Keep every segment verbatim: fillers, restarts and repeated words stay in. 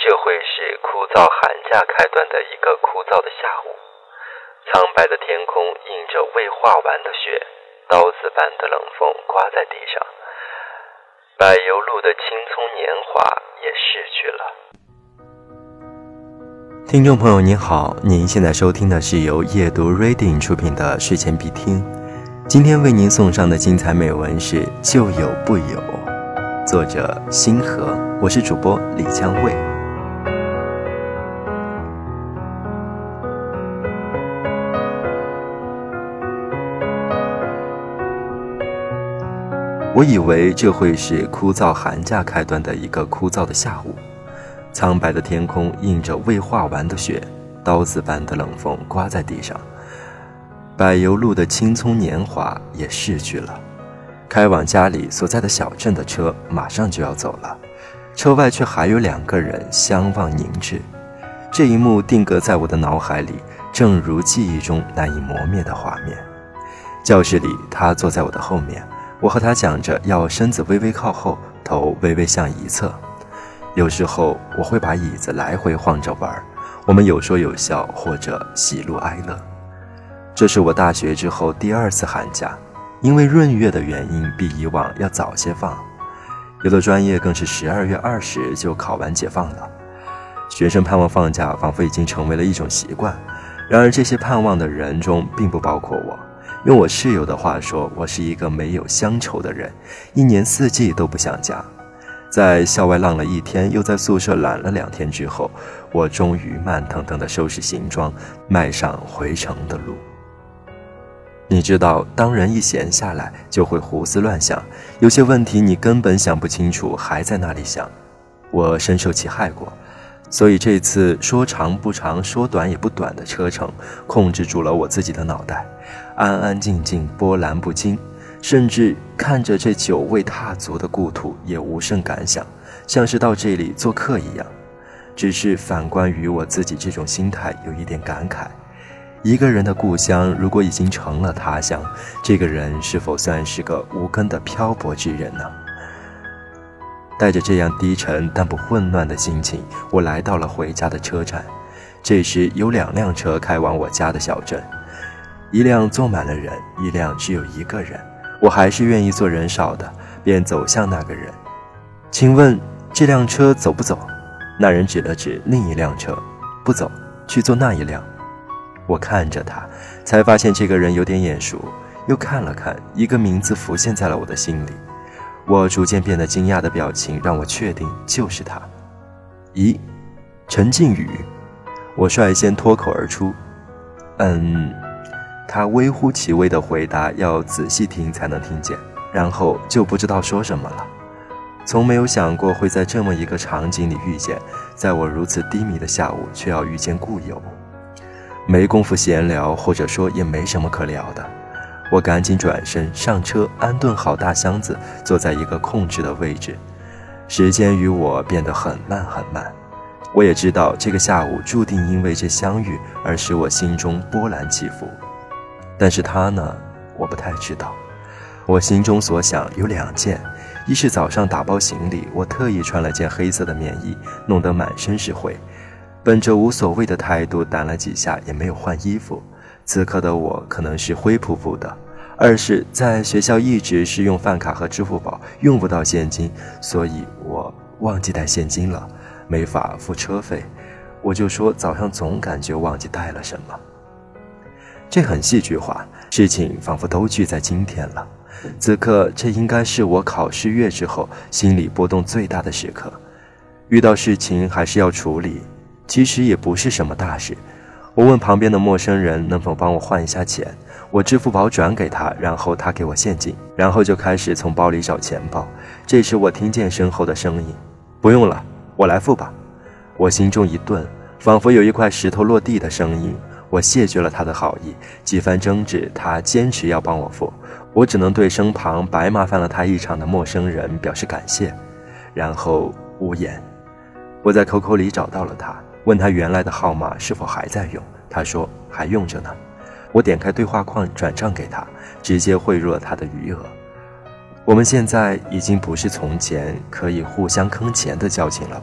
这会是枯燥寒假开端的一个枯燥的下午，苍白的天空映着未化完的雪，刀子般的冷风刮在地上，柏油路的青葱年华也逝去了。 听众朋友您好，您现在收听的是由夜读 Reading 出品的睡前必听，今天为您送上的精彩美文是就有不有，作者星河，我是主播李江卫。我以为这会是枯燥寒假开端的一个枯燥的下午，苍白的天空映着未化完的雪，刀子般的冷风刮在地上，柏油路的青葱年华也逝去了。开往家里所在的小镇的车马上就要走了，车外却还有两个人相望凝滞。这一幕定格在我的脑海里，正如记忆中难以磨灭的画面。教室里，他坐在我的后面，我和他讲着要身子微微靠后，头微微向一侧。有时候我会把椅子来回晃着玩，我们有说有笑，或者喜怒哀乐。这是我大学之后第二次寒假，因为闰月的原因，比以往要早些放。有的专业更是十二月二十就考完解放了。学生盼望放假，仿佛已经成为了一种习惯。然而这些盼望的人中并不包括我。用我室友的话说，我是一个没有乡愁的人，一年四季都不想家。在校外浪了一天，又在宿舍懒了两天之后，我终于慢腾腾地收拾行装，迈上回城的路。你知道，当人一闲下来，就会胡思乱想，有些问题你根本想不清楚，还在那里想。我深受其害过，所以这次说长不长，说短也不短的车程，控制住了我自己的脑袋，安安静静，波澜不惊，甚至看着这久未踏足的故土，也无甚感想，像是到这里做客一样。只是反观于我自己这种心态，有一点感慨。一个人的故乡如果已经成了他乡，这个人是否算是个无根的漂泊之人呢？带着这样低沉但不混乱的心情，我来到了回家的车站。这时有两辆车开往我家的小镇，一辆坐满了人，一辆只有一个人。我还是愿意坐人少的，便走向那个人。请问这辆车走不走？那人指了指另一辆车，不走，去坐那一辆。我看着他，才发现这个人有点眼熟，又看了看，一个名字浮现在了我的心里。我逐渐变得惊讶的表情让我确定就是他。咦，陈靖宇？我率先脱口而出。嗯，他微乎其微的回答，要仔细听才能听见，然后就不知道说什么了。从没有想过会在这么一个场景里遇见，在我如此低迷的下午，却要遇见故友。没工夫闲聊，或者说也没什么可聊的。我赶紧转身上车，安顿好大箱子，坐在一个控制的位置。时间与我变得很慢很慢。我也知道这个下午注定因为这相遇而使我心中波澜起伏。但是他呢，我不太知道。我心中所想有两件，一是早上打包行李，我特意穿了件黑色的棉衣，弄得满身是灰，本着无所谓的态度掸了几下也没有换衣服，此刻的我可能是灰扑扑的。二是在学校一直是用饭卡和支付宝，用不到现金，所以我忘记带现金了，没法付车费。我就说早上总感觉忘记带了什么。这很戏剧化，事情仿佛都聚在今天了。此刻这应该是我考试月之后心理波动最大的时刻。遇到事情还是要处理，其实也不是什么大事。我问旁边的陌生人能否帮我换一下钱，我支付宝转给他，然后他给我现金，然后就开始从包里找钱包。这时我听见身后的声音，不用了，我来付吧。我心中一顿，仿佛有一块石头落地的声音。我谢绝了他的好意，几番争执，他坚持要帮我付，我只能对身旁白麻烦了他一场的陌生人表示感谢，然后无言。我在 Q Q 里找到了他，问他原来的号码是否还在用，他说还用着呢。我点开对话框转账给他，直接汇入了他的余额。我们现在已经不是从前可以互相坑钱的交情了吧？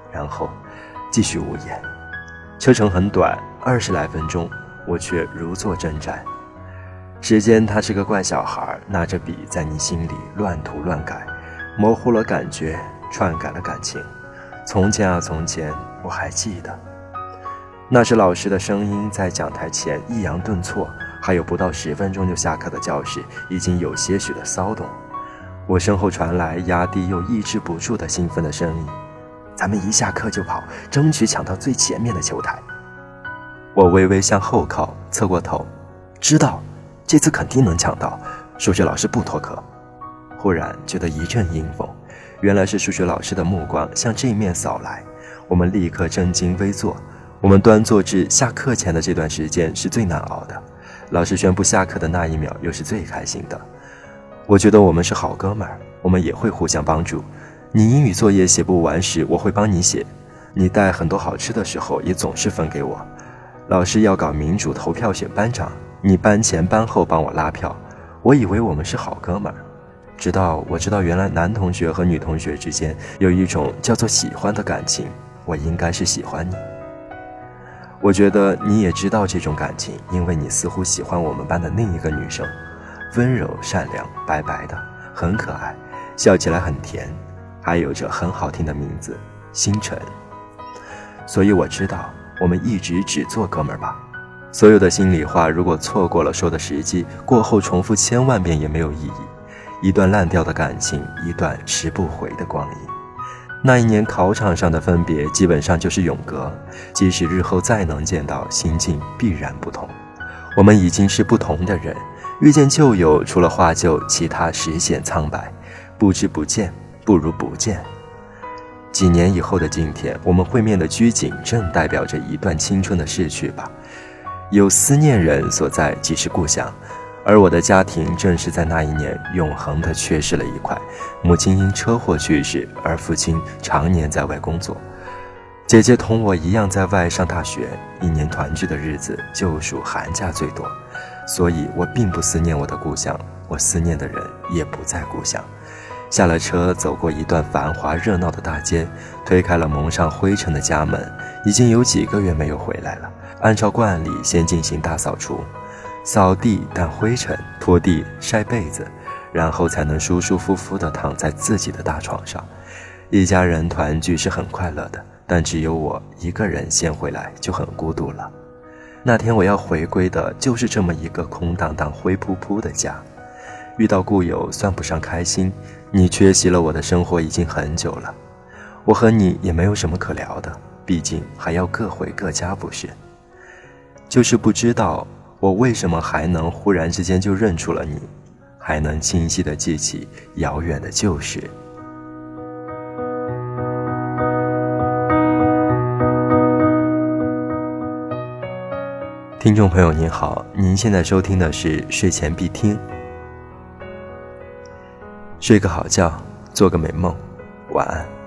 然后继续无言。车程很短，二十来分钟，我却如坐针毡。时间他是个怪小孩，拿着笔在你心里乱涂乱改，模糊了感觉，篡改了感情。从前啊从前，我还记得，那是老师的声音在讲台前抑扬顿挫，还有不到十分钟就下课的教室已经有些许的骚动。我身后传来压低又抑制不住的兴奋的声音，咱们一下课就跑，争取抢到最前面的球台。我微微向后靠，侧过头，知道这次肯定能抢到，数学老师不脱课。忽然觉得一阵阴风，原来是数学老师的目光向这面扫来。我们立刻正襟危坐，我们端坐至下课前的这段时间是最难熬的，老师宣布下课的那一秒又是最开心的。我觉得我们是好哥们儿，我们也会互相帮助。你英语作业写不完时，我会帮你写；你带很多好吃的时候，也总是分给我。老师要搞民主投票选班长，你班前班后帮我拉票。我以为我们是好哥们儿，直到我知道原来男同学和女同学之间有一种叫做喜欢的感情，我应该是喜欢你。我觉得你也知道这种感情，因为你似乎喜欢我们班的另一个女生，温柔善良，白白的，很可爱，笑起来很甜，还有着很好听的名字星辰。所以我知道我们一直只做哥们儿吧。所有的心里话如果错过了说的时机，过后重复千万遍也没有意义。一段烂掉的感情，一段拾不回的光阴。那一年考场上的分别基本上就是永隔，即使日后再能见到，心境必然不同。我们已经是不同的人，遇见旧友，除了画旧，其他实显苍白。不知不见，不如不见。几年以后的今天，我们会面的拘谨正代表着一段青春的逝去吧。有思念人所在即是故乡，而我的家庭正是在那一年永恒地缺失了一块。母亲因车祸去世，而父亲常年在外工作。姐姐同我一样在外上大学，一年团聚的日子就属寒假最多，所以我并不思念我的故乡，我思念的人也不在故乡。下了车，走过一段繁华热闹的大街，推开了蒙上灰尘的家门，已经有几个月没有回来了。按照惯例，先进行大扫除，扫地掸灰尘，拖地晒被子，然后才能舒舒服服地躺在自己的大床上。一家人团聚是很快乐的，但只有我一个人先回来就很孤独了。那天我要回归的就是这么一个空荡荡灰扑扑的家。遇到故友算不上开心，你缺席了我的生活已经很久了。我和你也没有什么可聊的，毕竟还要各回各家不是？就是不知道我为什么还能忽然之间就认出了你，还能清晰地记起遥远的旧事。听众朋友您好，您现在收听的是睡前必听。睡个好觉，做个美梦，晚安。